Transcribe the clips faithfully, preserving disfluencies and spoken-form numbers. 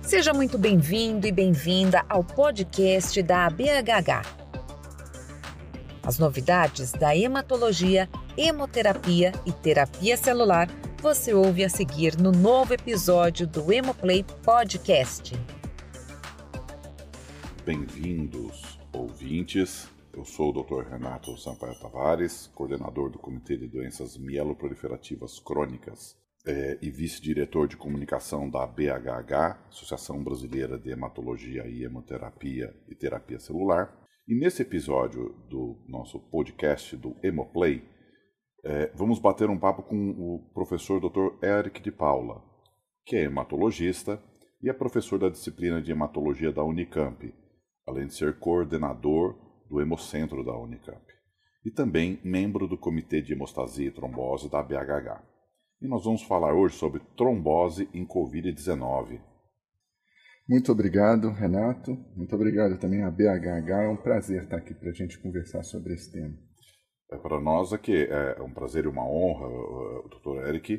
Seja muito bem-vindo e bem-vinda ao podcast da A B H H. As novidades da hematologia, hemoterapia e terapia celular você ouve a seguir no novo episódio do Hemoplay Podcast. Bem-vindos, ouvintes. Eu sou o doutor Renato Sampaio Tavares, coordenador do Comitê de Doenças Mieloproliferativas Crônicas é, e vice-diretor de comunicação da A B H H, Associação Brasileira de Hematologia e Hemoterapia e Terapia Celular. E nesse episódio do nosso podcast do Hemoplay, é, vamos bater um papo com o professor doutor Eric de Paula, que é hematologista e é professor da disciplina de hematologia da Unicamp, além de ser coordenador do Hemocentro da Unicamp, e também membro do Comitê de Hemostasia e Trombose da A B H H. E nós vamos falar hoje sobre trombose em covid dezenove. Muito obrigado, Renato. Muito obrigado também à A B H H. É um prazer estar aqui para a gente conversar sobre esse tema. É, para nós aqui é um prazer e uma honra, o doutor Eric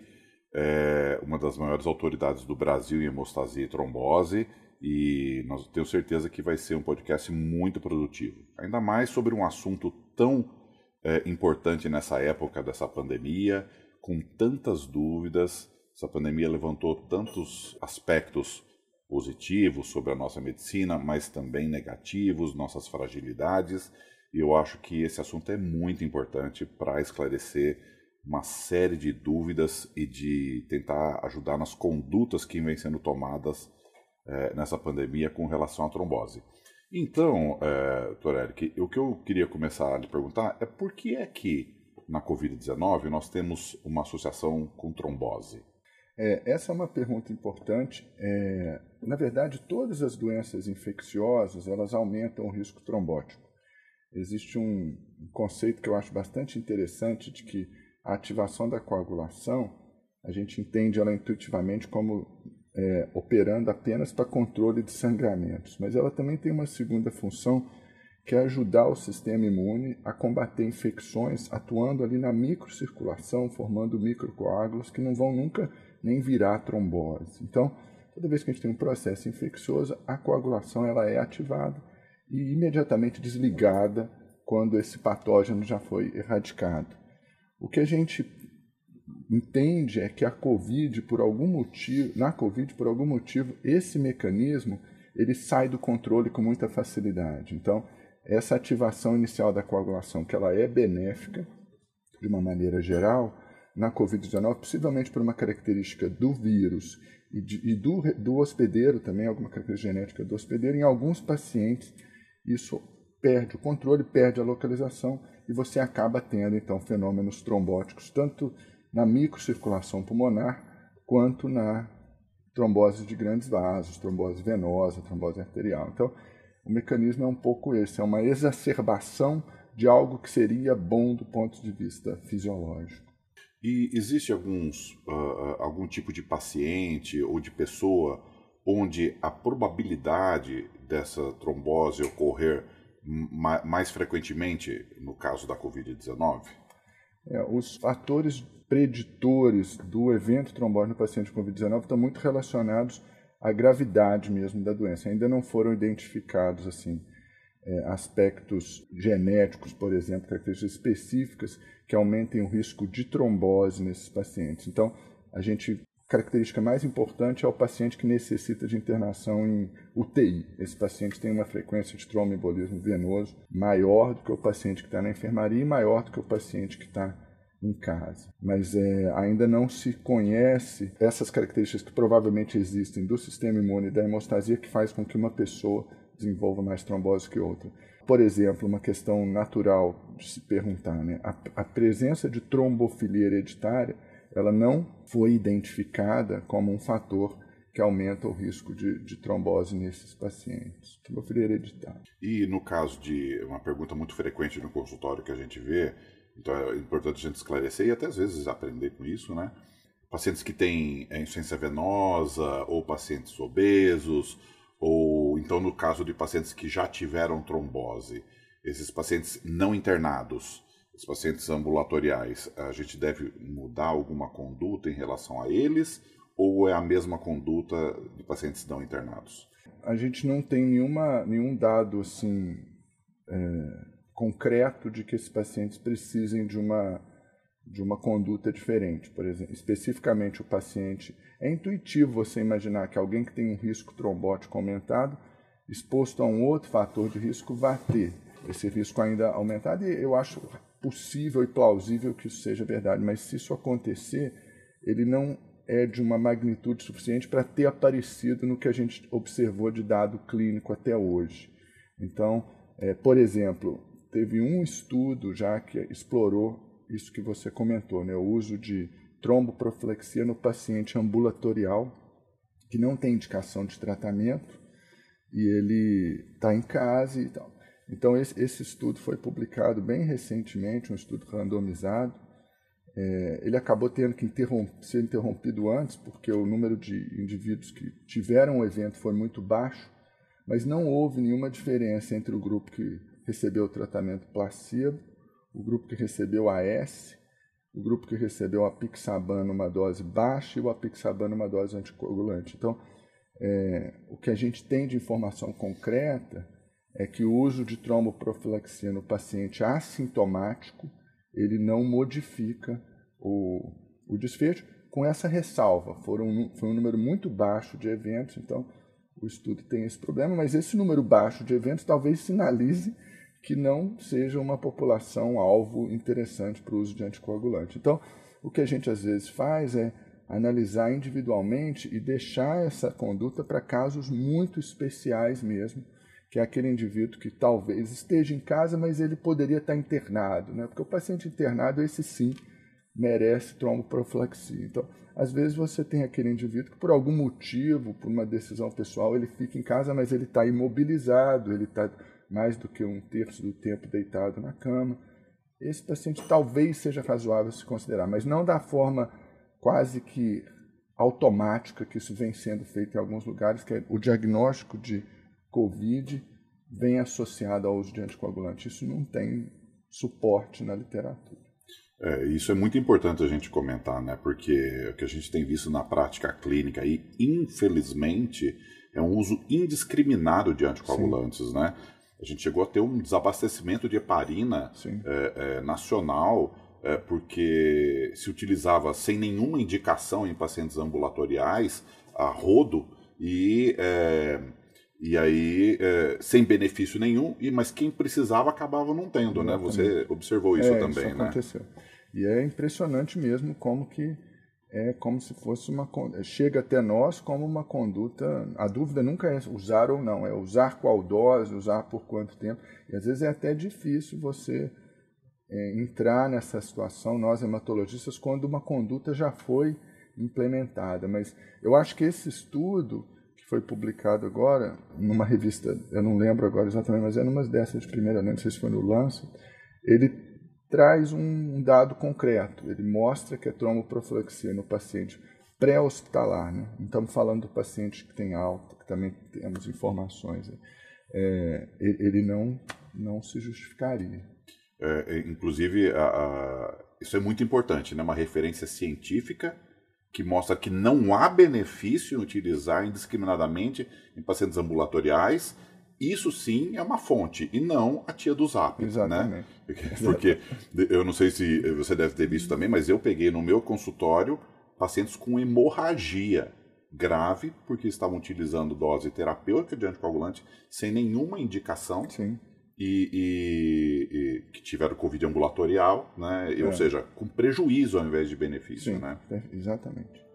é uma das maiores autoridades do Brasil em hemostasia e trombose, e nós tenho certeza que vai ser um podcast muito produtivo. Ainda mais sobre um assunto tão é, importante nessa época dessa pandemia, com tantas dúvidas. Essa pandemia levantou tantos aspectos positivos sobre a nossa medicina, mas também negativos, nossas fragilidades, e eu acho que esse assunto é muito importante para esclarecer uma série de dúvidas e de tentar ajudar nas condutas que vêm sendo tomadas É, nessa pandemia com relação à trombose. Então, é, doutor Eric, o que eu queria começar a lhe perguntar é por que é que na covid dezenove nós temos uma associação com trombose? É, essa é uma pergunta importante. É, na verdade, todas as doenças infecciosas elas aumentam o risco trombótico. Existe um conceito que eu acho bastante interessante de que a ativação da coagulação, a gente entende ela intuitivamente como É, operando apenas para controle de sangramentos, mas ela também tem uma segunda função, que é ajudar o sistema imune a combater infecções, atuando ali na microcirculação, formando microcoágulos que não vão nunca nem virar trombose. Então, toda vez que a gente tem um processo infeccioso, a coagulação ela é ativada e imediatamente desligada quando esse patógeno já foi erradicado. O que a gente entende é que a COVID, por algum motivo, na COVID, por algum motivo, esse mecanismo ele sai do controle com muita facilidade. Então, essa ativação inicial da coagulação, que ela é benéfica, de uma maneira geral, na covid dezenove, possivelmente por uma característica do vírus e, de, e do, do hospedeiro também, alguma característica genética do hospedeiro, em alguns pacientes, isso perde o controle, perde a localização e você acaba tendo, então, fenômenos trombóticos, tanto na microcirculação pulmonar, quanto na trombose de grandes vasos, trombose venosa, trombose arterial. Então, o mecanismo é um pouco esse, é uma exacerbação de algo que seria bom do ponto de vista fisiológico. E existe alguns, uh, algum tipo de paciente ou de pessoa onde a probabilidade dessa trombose ocorrer ma- mais frequentemente no caso da covid dezenove? É, os fatores preditores do evento trombótico no paciente com covid dezenove estão muito relacionados à gravidade mesmo da doença. Ainda não foram identificados assim é, aspectos genéticos, por exemplo, características específicas que aumentem o risco de trombose nesses pacientes. Então, a gente, a característica mais importante é o paciente que necessita de internação em U T I. Esse paciente tem uma frequência de tromboembolismo venoso maior do que o paciente que está na enfermaria e maior do que o paciente que está em casa. Mas é, ainda não se conhece essas características que provavelmente existem do sistema imune e da hemostasia que faz com que uma pessoa desenvolva mais trombose que outra. Por exemplo, uma questão natural de se perguntar, né? a, a presença de trombofilia hereditária ela não foi identificada como um fator que aumenta o risco de, de trombose nesses pacientes. Trombofilia hereditária. E no caso de uma pergunta muito frequente no consultório que a gente vê, então é importante a gente esclarecer e até às vezes aprender com isso, né? Pacientes que têm insuficiência venosa ou pacientes obesos, ou então no caso de pacientes que já tiveram trombose, esses pacientes não internados, os pacientes ambulatoriais, a gente deve mudar alguma conduta em relação a eles ou é a mesma conduta de pacientes não internados? A gente não tem nenhuma, nenhum dado assim, é, concreto de que esses pacientes precisem de uma, de uma conduta diferente. Por exemplo, especificamente o paciente... É intuitivo você imaginar que alguém que tem um risco trombótico aumentado, exposto a um outro fator de risco, vai ter esse risco ainda aumentado, e eu acho possível e plausível que isso seja verdade, mas se isso acontecer, ele não é de uma magnitude suficiente para ter aparecido no que a gente observou de dado clínico até hoje. Então, é, por exemplo, teve um estudo já que explorou isso que você comentou, né, o uso de tromboprofilaxia no paciente ambulatorial, que não tem indicação de tratamento, e ele está em casa e tal. Então, esse, esse estudo foi publicado bem recentemente, um estudo randomizado. É, ele acabou tendo que interromp, ser interrompido antes, porque o número de indivíduos que tiveram o evento foi muito baixo, mas não houve nenhuma diferença entre o grupo que recebeu o tratamento placebo, o grupo que recebeu A S, o grupo que recebeu apixaban numa dose baixa e o apixaban numa dose anticoagulante. Então, é, o que a gente tem de informação concreta é que o uso de tromboprofilaxia no paciente assintomático, ele não modifica o, o desfecho, com essa ressalva. Foram, foi um número muito baixo de eventos, então o estudo tem esse problema, mas esse número baixo de eventos talvez sinalize que não seja uma população alvo interessante para o uso de anticoagulante. Então, o que a gente às vezes faz é analisar individualmente e deixar essa conduta para casos muito especiais mesmo, que é aquele indivíduo que talvez esteja em casa, mas ele poderia estar internado, né? Porque o paciente internado, esse sim, merece tromboprofilaxia. Então, às vezes você tem aquele indivíduo que por algum motivo, por uma decisão pessoal, ele fica em casa, mas ele está imobilizado, ele está mais do que um terço do tempo deitado na cama. Esse paciente talvez seja razoável se considerar, mas não da forma quase que automática que isso vem sendo feito em alguns lugares, que é o diagnóstico de Covid vem associado ao uso de anticoagulante. Isso não tem suporte na literatura. É, isso é muito importante a gente comentar, né? Porque o que a gente tem visto na prática clínica aí, infelizmente, é um uso indiscriminado de anticoagulantes, Sim. né? A gente chegou a ter um desabastecimento de heparina é, é, nacional, é, porque se utilizava sem nenhuma indicação em pacientes ambulatoriais, a rodo, e, é, e aí é, sem benefício nenhum, e, mas quem precisava acabava não tendo, Exatamente. né? Você observou isso é, também, isso né? aconteceu. E é impressionante mesmo como que é como se fosse uma... Chega até nós como uma conduta... A dúvida nunca é usar ou não, é usar qual dose, usar por quanto tempo. E às vezes é até difícil você é, entrar nessa situação, nós hematologistas, quando uma conduta já foi implementada. Mas eu acho que esse estudo, que foi publicado agora, numa revista, eu não lembro agora exatamente, mas é numa dessas de primeira, não sei se foi no Lancet, ele traz um dado concreto. Ele mostra que a tromboprofilaxia no paciente pré-hospitalar, né? Não estamos falando do paciente que tem alta, que também temos informações, é, ele não, não se justificaria. É, inclusive, a, a, isso é muito importante, né? Uma referência científica que mostra que não há benefício em utilizar indiscriminadamente em pacientes ambulatoriais. Isso sim é uma fonte, e não a tia do Zap. Exatamente. Né? Porque, eu não sei se você deve ter visto também, mas eu peguei no meu consultório pacientes com hemorragia grave, porque estavam utilizando dose terapêutica de anticoagulante sem nenhuma indicação, sim. E, e, e que tiveram Covid ambulatorial, né? É. Ou seja, com prejuízo ao invés de benefício. Sim, né? Exatamente.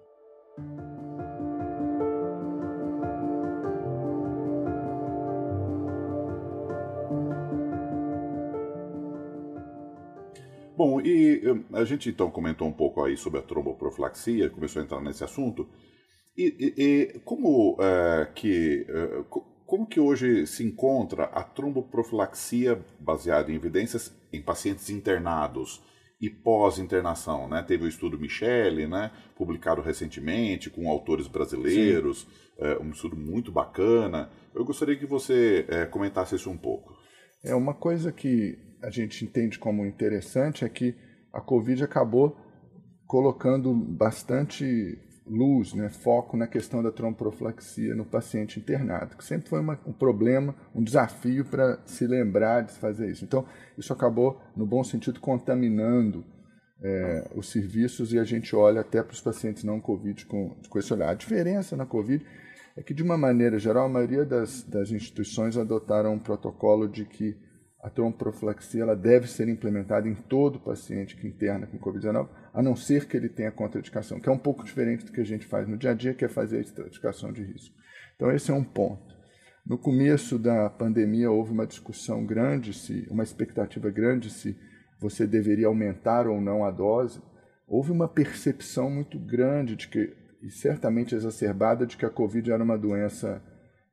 Bom, e a gente então comentou um pouco aí sobre a tromboprofilaxia, começou a entrar nesse assunto. E, e, e como, é, que, é, como que hoje se encontra a tromboprofilaxia baseada em evidências em pacientes internados e pós-internação? Né? Teve o estudo Michele, né, publicado recentemente com autores brasileiros, é, um estudo muito bacana. Eu gostaria que você é, comentasse isso um pouco. É uma coisa que a gente entende como interessante é que a Covid acabou colocando bastante luz, né, foco na questão da tromboprofilaxia no paciente internado, que sempre foi uma, um problema, um desafio para se lembrar de fazer isso. Então, isso acabou, no bom sentido, contaminando é, os serviços, e a gente olha até para os pacientes não Covid com, com esse olhar. A diferença na Covid é que, de uma maneira geral, a maioria das, das instituições adotaram um protocolo de que a tromboprofilaxia ela deve ser implementada em todo paciente que interna com Covid dezenove, a não ser que ele tenha contraindicação, que é um pouco diferente do que a gente faz no dia a dia, que é fazer a estratificação de risco. Então, esse é um ponto. No começo da pandemia, houve uma discussão grande, se, uma expectativa grande se você deveria aumentar ou não a dose. Houve uma percepção muito grande, de que, e certamente exacerbada, de que a Covid era uma doença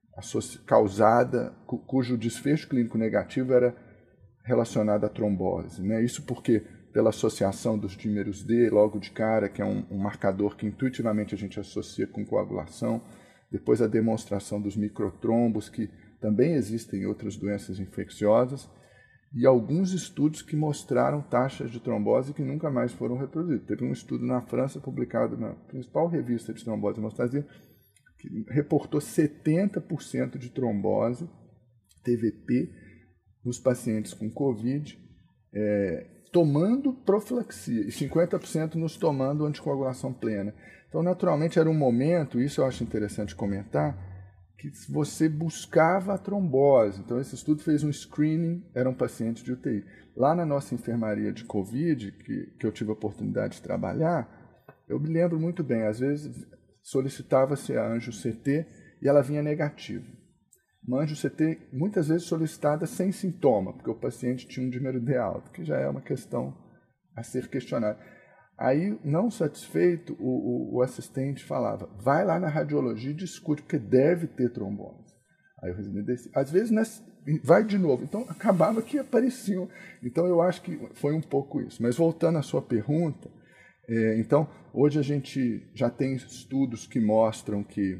causada, cujo desfecho clínico negativo era relacionado à trombose. Né? Isso porque, pela associação dos dímeros D, logo de cara, que é um, um marcador que intuitivamente a gente associa com coagulação, depois a demonstração dos microtrombos, que também existem em outras doenças infecciosas, e alguns estudos que mostraram taxas de trombose que nunca mais foram reproduzidos. Teve um estudo na França, publicado na principal revista de trombose e hemostasia, que reportou setenta por cento de trombose, T V P, nos pacientes com Covid, é, tomando profilaxia, e cinquenta por cento nos tomando anticoagulação plena. Então, naturalmente, era um momento, isso eu acho interessante comentar, que você buscava a trombose. Então, esse estudo fez um screening, eram pacientes de U T I. Lá na nossa enfermaria de Covid, que, que eu tive a oportunidade de trabalhar, eu me lembro muito bem, às vezes solicitava-se a anjo-C T e ela vinha negativa. Uma anjo-C T, muitas vezes solicitada sem sintoma, porque o paciente tinha um dímero D alto, que já é uma questão a ser questionada. Aí, não satisfeito, o, o, o assistente falava, vai lá na radiologia e discute, porque deve ter trombose. Aí o residente descia. Às vezes, nessa, vai de novo. Então, acabava que apareciam. Então, eu acho que foi um pouco isso. Mas, voltando à sua pergunta, é, então, hoje a gente já tem estudos que mostram que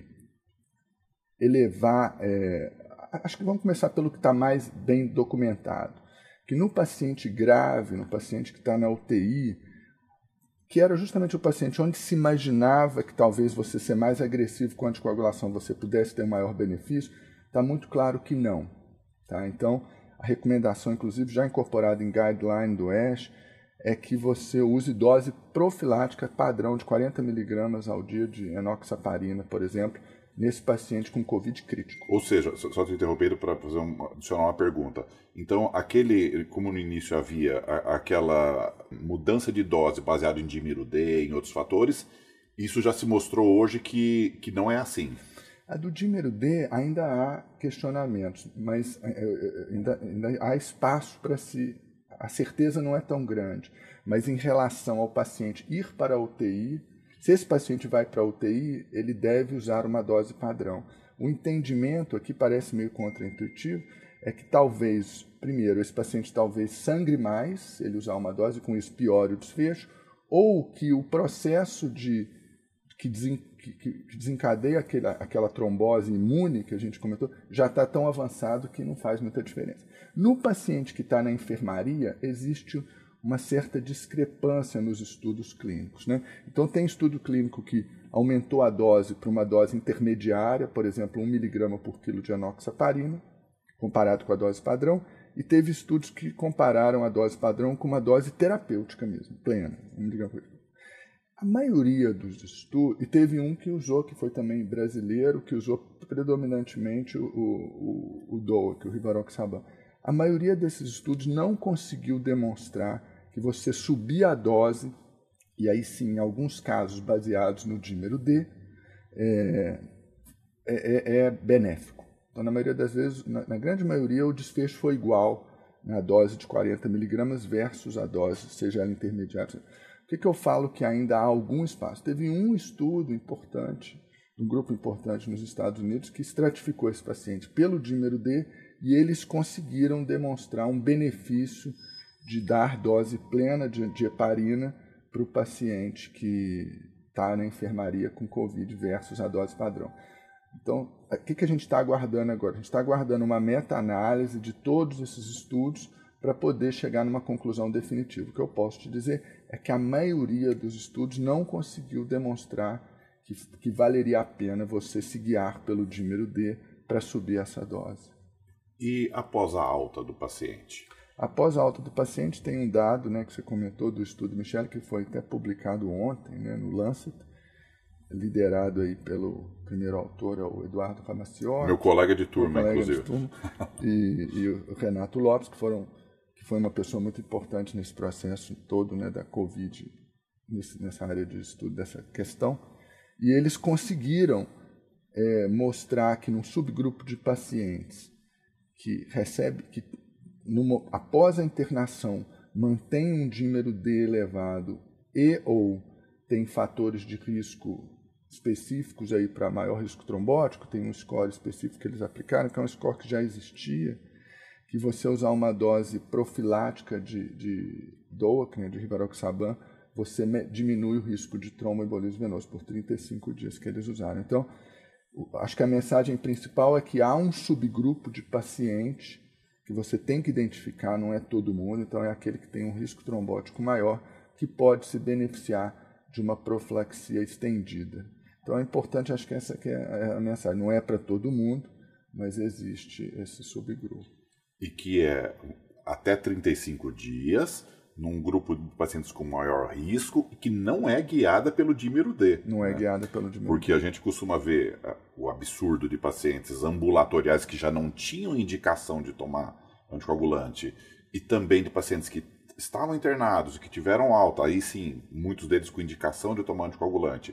elevar... É, acho que vamos começar pelo que está mais bem documentado. Que no paciente grave, no paciente que está na U T I, que era justamente o paciente onde se imaginava que talvez você ser mais agressivo com a anticoagulação você pudesse ter maior benefício, está muito claro que não. Tá? Então, a recomendação, inclusive, já incorporada em guideline do ASH, é que você use dose profilática padrão de quarenta miligramas ao dia de enoxaparina, por exemplo, nesse paciente com Covid crítico. Ou seja, só te interrompendo para fazer uma, adicionar uma pergunta. Então, aquele, como no início havia a, aquela mudança de dose baseada em dímero D, em outros fatores, isso já se mostrou hoje que, que não é assim. A do dímero D ainda há questionamentos, mas ainda, ainda há espaço para se... A certeza não é tão grande, mas em relação ao paciente ir para a U T I, se esse paciente vai para a U T I, ele deve usar uma dose padrão. O entendimento aqui parece meio contraintuitivo, é que talvez, primeiro, esse paciente talvez sangre mais, se ele usar uma dose, com isso piore o desfecho, ou que o processo de, que, desen, que, que desencadeia aquela, aquela trombose imune que a gente comentou, já está tão avançado que não faz muita diferença. No paciente que está na enfermaria, existe uma certa discrepância nos estudos clínicos. Né? Então, tem estudo clínico que aumentou a dose para uma dose intermediária, por exemplo, um miligrama por quilo de enoxaparina, comparado com a dose padrão, e teve estudos que compararam a dose padrão com uma dose terapêutica mesmo, plena, um miligrama por quilo. A maioria dos estudos, e teve um que usou, que foi também brasileiro, que usou predominantemente o, o, o D O A, que é o rivaroxaban. A maioria desses estudos não conseguiu demonstrar que você subir a dose, e aí sim, em alguns casos baseados no dímero D, é, é, é benéfico. Então, na maioria das vezes, na, na grande maioria, o desfecho foi igual na dose de quarenta miligramas versus a dose, seja ela intermediária. Por que, que eu falo que ainda há algum espaço? Teve um estudo importante, um grupo importante nos Estados Unidos, que estratificou esse paciente pelo dímero D, e eles conseguiram demonstrar um benefício de dar dose plena de, de heparina para o paciente que está na enfermaria com Covid versus a dose padrão. Então, o que, que a gente está aguardando agora? A gente está aguardando uma meta-análise de todos esses estudos para poder chegar numa conclusão definitiva. O que eu posso te dizer é que a maioria dos estudos não conseguiu demonstrar que, que valeria a pena você se guiar pelo dímero D para subir essa dose. E após a alta do paciente? Após a alta do paciente, tem um dado, né, que você comentou do estudo Michele, que foi até publicado ontem, né, no Lancet, liderado aí pelo primeiro autor, o Eduardo Ramaciotti. Meu colega de turma, colega inclusive. De turma, e, e o Renato Lopes, que, foram, que foi uma pessoa muito importante nesse processo todo, né, da Covid, nesse, nessa área de estudo dessa questão. E eles conseguiram é, mostrar que num subgrupo de pacientes que recebe, que numa, após a internação mantém um dímero D elevado e ou tem fatores de risco específicos aí para maior risco trombótico, tem um score específico que eles aplicaram, que é um score que já existia, que você usar uma dose profilática de, de D O A C, né, de rivaroxaban, você diminui o risco de tromboembolismo venoso por trinta e cinco dias que eles usaram. Então, acho que a mensagem principal é que há um subgrupo de paciente que você tem que identificar, não é todo mundo, então é aquele que tem um risco trombótico maior, que pode se beneficiar de uma profilaxia estendida. Então é importante, acho que essa que é a mensagem. Não é para todo mundo, mas existe esse subgrupo. E que é até trinta e cinco dias, num grupo de pacientes com maior risco, e que não é guiada pelo dímero D. Não é né? guiada pelo dímero D. Porque a gente costuma ver uh, o absurdo de pacientes ambulatoriais que já não tinham indicação de tomar anticoagulante, e também de pacientes que estavam internados e que tiveram alta, aí sim, muitos deles com indicação de tomar anticoagulante,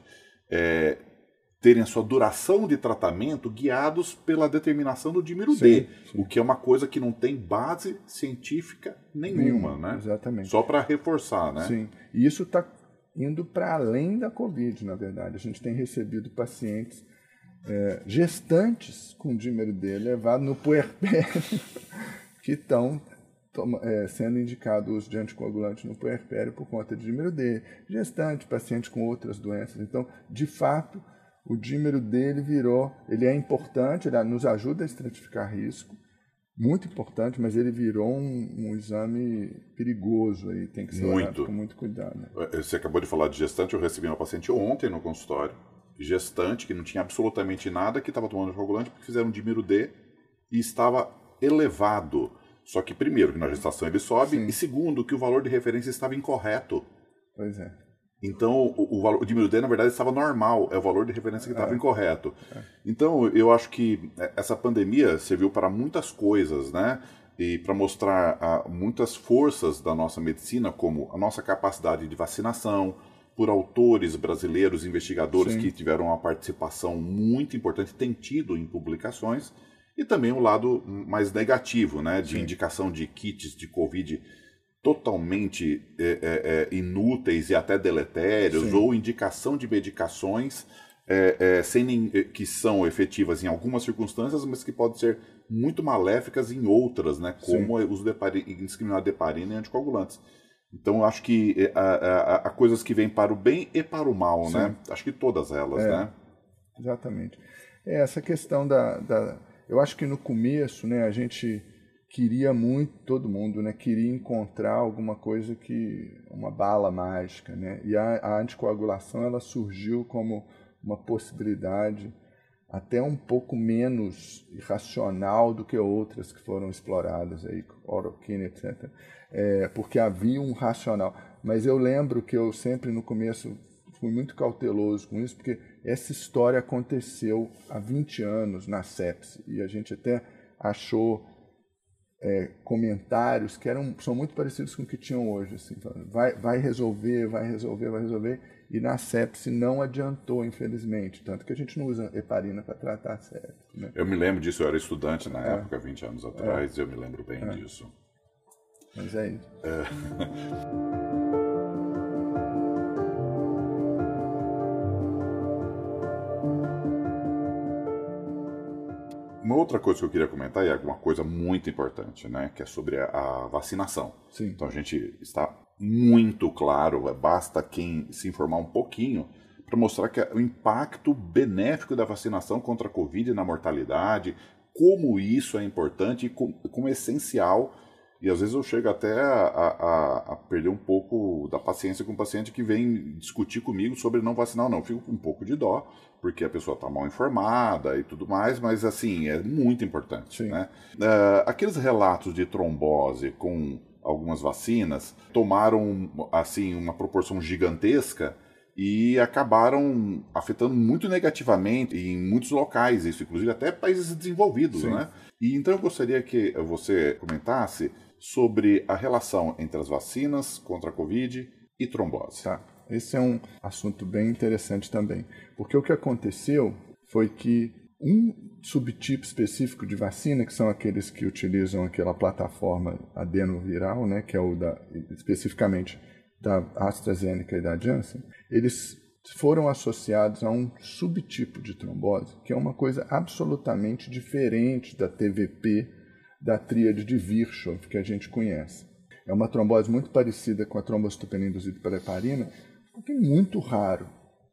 é, terem a sua duração de tratamento guiados pela determinação do dímero D, sim. O que é uma coisa que não tem base científica nenhuma, Nenhum, né? Exatamente. Só para reforçar, né? Sim, e isso está indo para além da Covid, na verdade. A gente tem recebido pacientes é, gestantes com dímero D elevado no puerpério que estão é, sendo indicados de anticoagulante no puerpério por conta de dímero D. Gestante, paciente com outras doenças. Então, de fato, o dímero dele virou, ele é importante, ele nos ajuda a estratificar risco, muito importante, mas ele virou um, um exame perigoso, aí tem que ser olhado com muito cuidado. Né? Você acabou de falar de gestante, eu recebi uma paciente ontem no consultório, gestante, que não tinha absolutamente nada, que estava tomando anticoagulante, porque fizeram um dímero D e estava elevado. Só que, primeiro, que na gestação ele sobe, Sim. e segundo, que o valor de referência estava incorreto. Pois é. Então, o, o, valor, o dímero D, na verdade, estava normal, é o valor de referência que estava é. incorreto. É. Então, eu acho que essa pandemia serviu para muitas coisas, né? E para mostrar a, muitas forças da nossa medicina, como a nossa capacidade de vacinação, por autores brasileiros, investigadores Sim. que tiveram uma participação muito importante, têm tido em publicações, e também o lado mais negativo, né? De Sim. indicação de kits de Covid totalmente é, é, é, inúteis e até deletérios, Sim. ou indicação de medicações é, é, sem nem, que são efetivas em algumas circunstâncias, mas que podem ser muito maléficas em outras, né? Como Sim. o uso de indiscriminado de heparina e anticoagulantes. Então, eu acho que há coisas que vêm para o bem e para o mal, Sim. né? Acho que todas elas, é, né? Exatamente. É, essa questão da, da... Eu acho que no começo, né, a gente queria muito, todo mundo, né, queria encontrar alguma coisa que, uma bala mágica, né, e a, a anticoagulação, ela surgiu como uma possibilidade até um pouco menos irracional do que outras que foram exploradas, aí, oroquina, etcétera, é, porque havia um racional. Mas eu lembro que eu sempre, no começo, fui muito cauteloso com isso, porque essa história aconteceu há vinte anos na sepse, e a gente até achou É, comentários que eram, são muito parecidos com o que tinham hoje. Assim, vai, vai resolver, vai resolver, vai resolver. E na sepse não adiantou, infelizmente. Tanto que a gente não usa heparina para tratar a sepse. Né? Eu me lembro disso, eu era estudante na é. época, vinte anos atrás, é. eu me lembro bem é. disso. Mas é isso. É. Uma outra coisa que eu queria comentar é uma coisa muito importante, né, que é sobre a, a vacinação. Sim. Então a gente está muito claro, basta quem se informar um pouquinho para mostrar que o impacto benéfico da vacinação contra a Covid na mortalidade, como isso é importante e como, como é essencial E às vezes eu chego até a, a, a perder um pouco da paciência com o paciente que vem discutir comigo sobre não vacinar ou não. Eu fico com um pouco de dó, porque a pessoa está mal informada e tudo mais, mas assim, é muito importante. Né? Uh, aqueles relatos de trombose com algumas vacinas tomaram assim uma proporção gigantesca e acabaram afetando muito negativamente em muitos locais, isso inclusive até países desenvolvidos. Né? E então eu gostaria que você comentasse sobre a relação entre as vacinas contra a Covid e trombose. Tá. Esse é um assunto bem interessante também, porque o que aconteceu foi que um subtipo específico de vacina, que são aqueles que utilizam aquela plataforma adenoviral, né, que é o da, especificamente da AstraZeneca e da Janssen, eles foram associados a um subtipo de trombose, que é uma coisa absolutamente diferente da T V P, da tríade de Virchow, que a gente conhece. É uma trombose muito parecida com a trombocitopenia induzida pela heparina, porque é muito raro.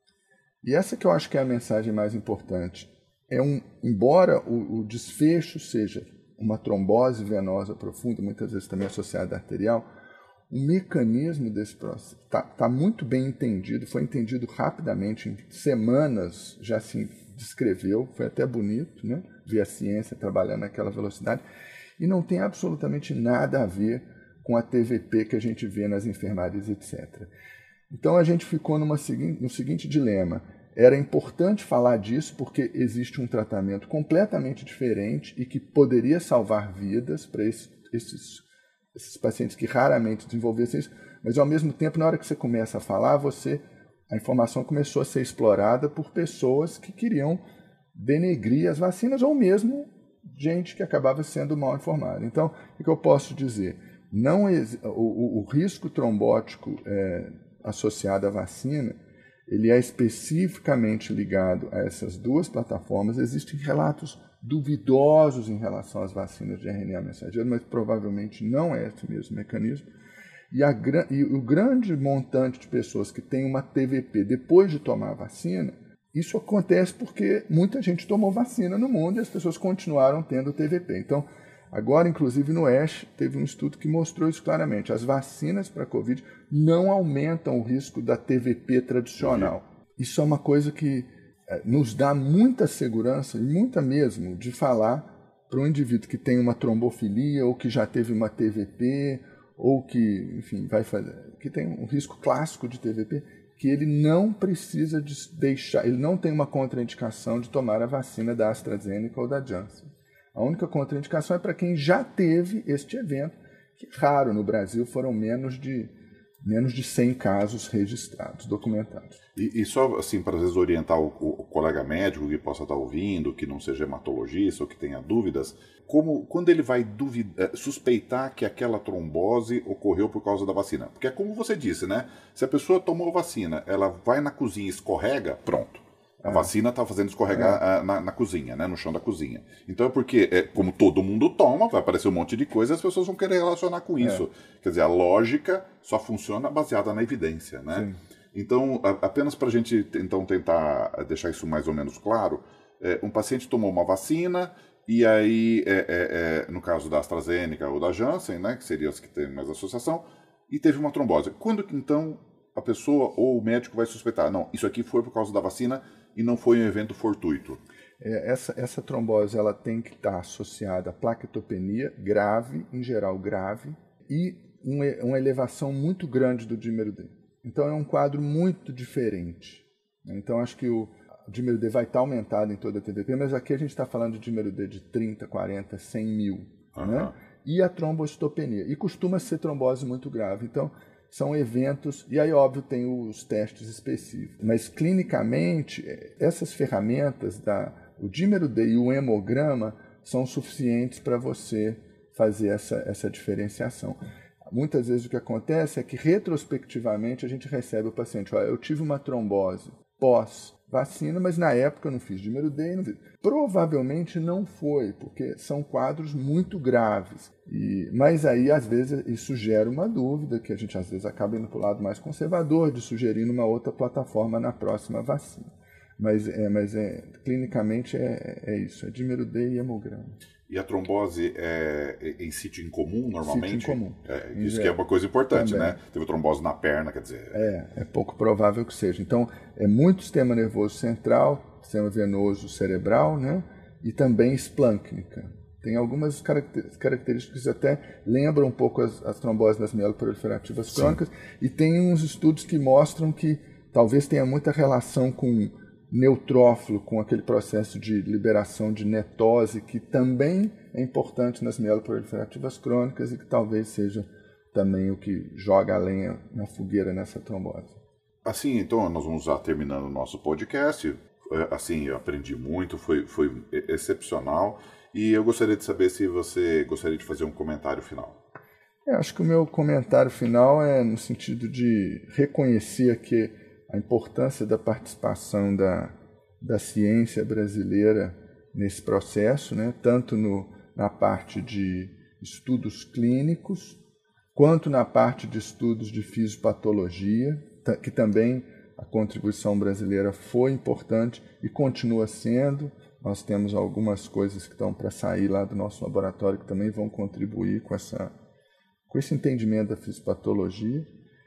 E essa que eu acho que é a mensagem mais importante. É um, embora o, o desfecho seja uma trombose venosa profunda, muitas vezes também associada à arterial, o mecanismo desse processo está tá muito bem entendido, foi entendido rapidamente, em semanas já se descreveu, foi até bonito, né? Ver a ciência trabalhando naquela velocidade, e não tem absolutamente nada a ver com a T V P que a gente vê nas enfermarias, etcétera. Então a gente ficou numa segui- no seguinte dilema. Era importante falar disso porque existe um tratamento completamente diferente e que poderia salvar vidas para esse, esses, esses pacientes que raramente desenvolvessem isso, mas ao mesmo tempo, na hora que você começa a falar, você, a informação começou a ser explorada por pessoas que queriam denegrir as vacinas ou mesmo gente que acabava sendo mal informada. Então, o que eu posso dizer? Não o, o, o risco trombótico é, associado à vacina, ele é especificamente ligado a essas duas plataformas. Existem relatos duvidosos em relação às vacinas de R N A mensageiro, mas provavelmente não é esse mesmo mecanismo. E, a, e o grande montante de pessoas que tem uma T V P depois de tomar a vacina, isso acontece porque muita gente tomou vacina no mundo e as pessoas continuaram tendo T V P. Então, agora, inclusive no ASH, teve um estudo que mostrou isso claramente. As vacinas para a Covid não aumentam o risco da T V P tradicional. Isso é uma coisa que é, nos dá muita segurança, e muita mesmo, de falar para um indivíduo que tem uma trombofilia ou que já teve uma T V P ou que, enfim, vai fazer, que tem um risco clássico de T V P, que ele não precisa de deixar, ele não tem uma contraindicação de tomar a vacina da AstraZeneca ou da Janssen. A única contraindicação é para quem já teve este evento, que raro no Brasil, foram menos de, menos de cem casos registrados, documentados. E, e só assim, para às vezes orientar o, o colega médico que possa estar ouvindo, que não seja hematologista ou que tenha dúvidas, como, quando ele vai duvidar, suspeitar que aquela trombose ocorreu por causa da vacina? Porque é como você disse, né? Se a pessoa tomou vacina, ela vai na cozinha e escorrega, pronto. A é. vacina está fazendo escorregar é. na, na cozinha, né, no chão da cozinha. Então é porque, é, como todo mundo toma, vai aparecer um monte de coisa e as pessoas vão querer relacionar com isso. É. Quer dizer, a lógica só funciona baseada na evidência, né? Sim. Então, a, apenas para a gente então, tentar deixar isso mais ou menos claro, é, um paciente tomou uma vacina e aí, é, é, é, no caso da AstraZeneca ou da Janssen, né, que seriam as que têm mais associação, e teve uma trombose. Quando que então a pessoa ou o médico vai suspeitar? Não, isso aqui foi por causa da vacina e não foi um evento fortuito. É, essa, essa trombose ela tem que estar associada a plaquetopenia grave, em geral grave, e uma, uma elevação muito grande do dímero D. Então é um quadro muito diferente. Então acho que o, o dímero D vai estar aumentado em toda a T V P, mas aqui a gente está falando de dímero D de trinta, quarenta, cem mil. Uhum. Né? E a trombocitopenia. E costuma ser trombose muito grave. Então, são eventos, e aí, óbvio, tem os testes específicos. Mas, clinicamente, essas ferramentas, da, o dímero D e o hemograma, são suficientes para você fazer essa, essa diferenciação. Muitas vezes o que acontece é que, retrospectivamente, a gente recebe o paciente, olha, eu tive uma trombose pós-vacina, mas na época eu não fiz dímero D. Não fiz. Provavelmente não foi, porque são quadros muito graves. E, mas aí, às vezes, isso gera uma dúvida, que a gente, às vezes, acaba indo para o lado mais conservador, de sugerindo uma outra plataforma na próxima vacina. Mas, é, mas é, clinicamente é, é isso, é dímero D e hemograma. E a trombose é em sítio incomum, normalmente? Sítio incomum. É, isso que é uma coisa importante, também. né? Teve trombose na perna, quer dizer... É, é pouco provável que seja. Então, é muito sistema nervoso central, sistema venoso cerebral, né? E também esplâncnica. Tem algumas características que até lembram um pouco as, as tromboses das mieloproliferativas crônicas. Sim. E tem uns estudos que mostram que talvez tenha muita relação com neutrófilo, com aquele processo de liberação de netose, que também é importante nas mieloproliferativas crônicas e que talvez seja também o que joga a lenha na fogueira nessa trombose. Assim, então, nós vamos já terminando o nosso podcast. Assim, eu aprendi muito, foi, foi excepcional. E eu gostaria de saber se você gostaria de fazer um comentário final. Eu acho que o meu comentário final é no sentido de reconhecer que a importância da participação da, da ciência brasileira nesse processo, né? Tanto no, na parte de estudos clínicos, quanto na parte de estudos de fisiopatologia, que também a contribuição brasileira foi importante e continua sendo. Nós temos algumas coisas que estão para sair lá do nosso laboratório que também vão contribuir com, essa, com esse entendimento da fisiopatologia.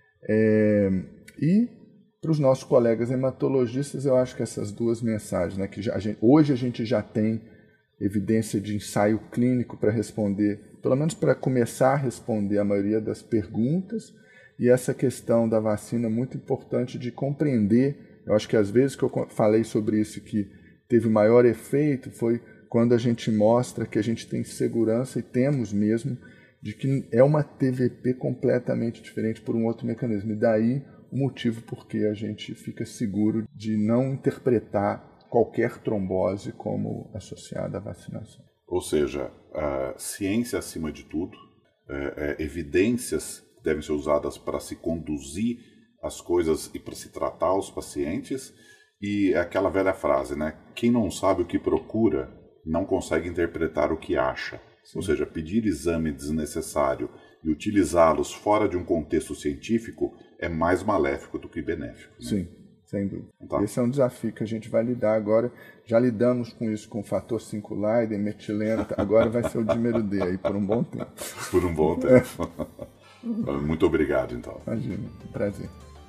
É, e para os nossos colegas hematologistas, eu acho que essas duas mensagens, né, que já, a gente, hoje a gente já tem evidência de ensaio clínico para responder, pelo menos para começar a responder a maioria das perguntas, e essa questão da vacina é muito importante de compreender. Eu acho que às vezes que eu falei sobre isso, que teve maior efeito, foi quando a gente mostra que a gente tem segurança, e temos mesmo, de que é uma T V P completamente diferente por um outro mecanismo. E daí o motivo por que a gente fica seguro de não interpretar qualquer trombose como associada à vacinação. Ou seja, a ciência acima de tudo, é, é, evidências devem ser usadas para se conduzir as coisas e para se tratar os pacientes, e aquela velha frase, né? Quem não sabe o que procura não consegue interpretar o que acha. Sim. Ou seja, pedir exame desnecessário e utilizá-los fora de um contexto científico é mais maléfico do que benéfico. Né? Sim, sem dúvida. Tá. Esse é um desafio que a gente vai lidar agora. Já lidamos com isso com o fator cinco Leiden, metileno, agora vai ser o dímero D aí por um bom tempo. Por um bom tempo. É. Muito obrigado, então. Imagina, prazer.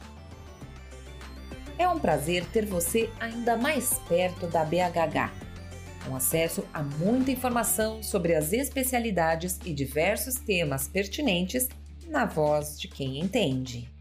É um prazer ter você ainda mais perto da B H H. Com acesso a muita informação sobre as especialidades e diversos temas pertinentes na voz de quem entende.